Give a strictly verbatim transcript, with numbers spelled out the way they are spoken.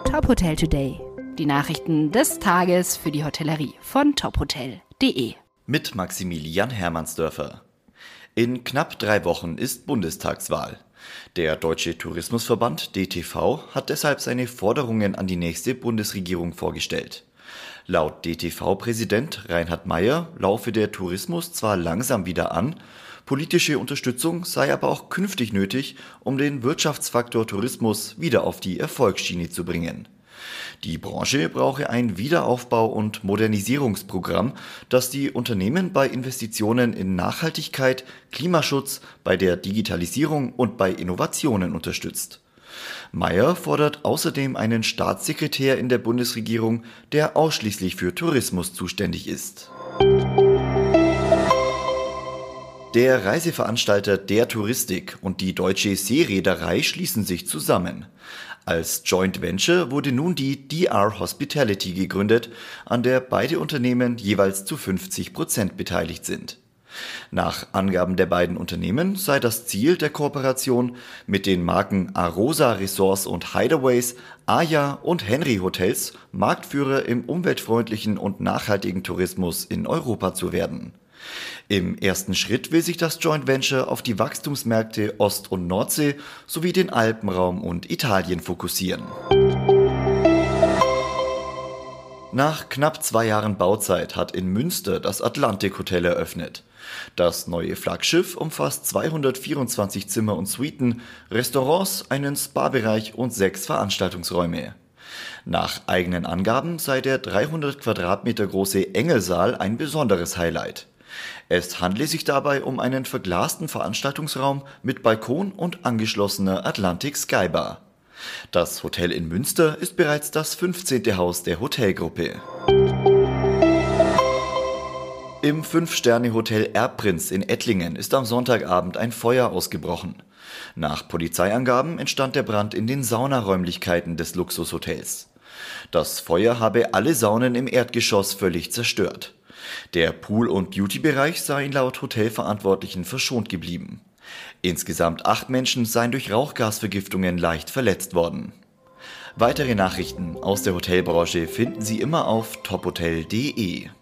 Top Hotel Today. Die Nachrichten des Tages für die Hotellerie von top hotel punkt de. Mit Maximilian Hermannsdörfer. In knapp drei Wochen ist Bundestagswahl. Der Deutsche Tourismusverband D T V hat deshalb seine Forderungen an die nächste Bundesregierung vorgestellt. Laut D T V-Präsident Reinhard Maier laufe der Tourismus zwar langsam wieder an, politische Unterstützung sei aber auch künftig nötig, um den Wirtschaftsfaktor Tourismus wieder auf die Erfolgsschiene zu bringen. Die Branche brauche ein Wiederaufbau- und Modernisierungsprogramm, das die Unternehmen bei Investitionen in Nachhaltigkeit, Klimaschutz, bei der Digitalisierung und bei Innovationen unterstützt. Maier fordert außerdem einen Staatssekretär in der Bundesregierung, der ausschließlich für Tourismus zuständig ist. Der Reiseveranstalter Der Touristik und die Deutsche Seereederei schließen sich zusammen. Als Joint Venture wurde nun die D R Hospitality gegründet, an der beide Unternehmen jeweils zu fünfzig Prozent beteiligt sind. Nach Angaben der beiden Unternehmen sei das Ziel der Kooperation, mit den Marken Arosa Resorts und Hideaways, Aya und Henry Hotels Marktführer im umweltfreundlichen und nachhaltigen Tourismus in Europa zu werden. Im ersten Schritt will sich das Joint Venture auf die Wachstumsmärkte Ost- und Nordsee sowie den Alpenraum und Italien fokussieren. Nach knapp zwei Jahren Bauzeit hat in Münster das Atlantik Hotel eröffnet. Das neue Flaggschiff umfasst zweihundertvierundzwanzig Zimmer und Suiten, Restaurants, einen Spa-Bereich und sechs Veranstaltungsräume. Nach eigenen Angaben sei der dreihundert Quadratmeter große Engelsaal ein besonderes Highlight. Es handle sich dabei um einen verglasten Veranstaltungsraum mit Balkon und angeschlossener Atlantik Skybar. Das Hotel in Münster ist bereits das fünfzehnte Haus der Hotelgruppe. Im Fünf-Sterne-Hotel Erbprinz in Ettlingen ist am Sonntagabend ein Feuer ausgebrochen. Nach Polizeiangaben entstand der Brand in den Saunaräumlichkeiten des Luxushotels. Das Feuer habe alle Saunen im Erdgeschoss völlig zerstört. Der Pool- und Beauty-Bereich sei laut Hotelverantwortlichen verschont geblieben. Insgesamt acht Menschen seien durch Rauchgasvergiftungen leicht verletzt worden. Weitere Nachrichten aus der Hotelbranche finden Sie immer auf top hotel punkt de.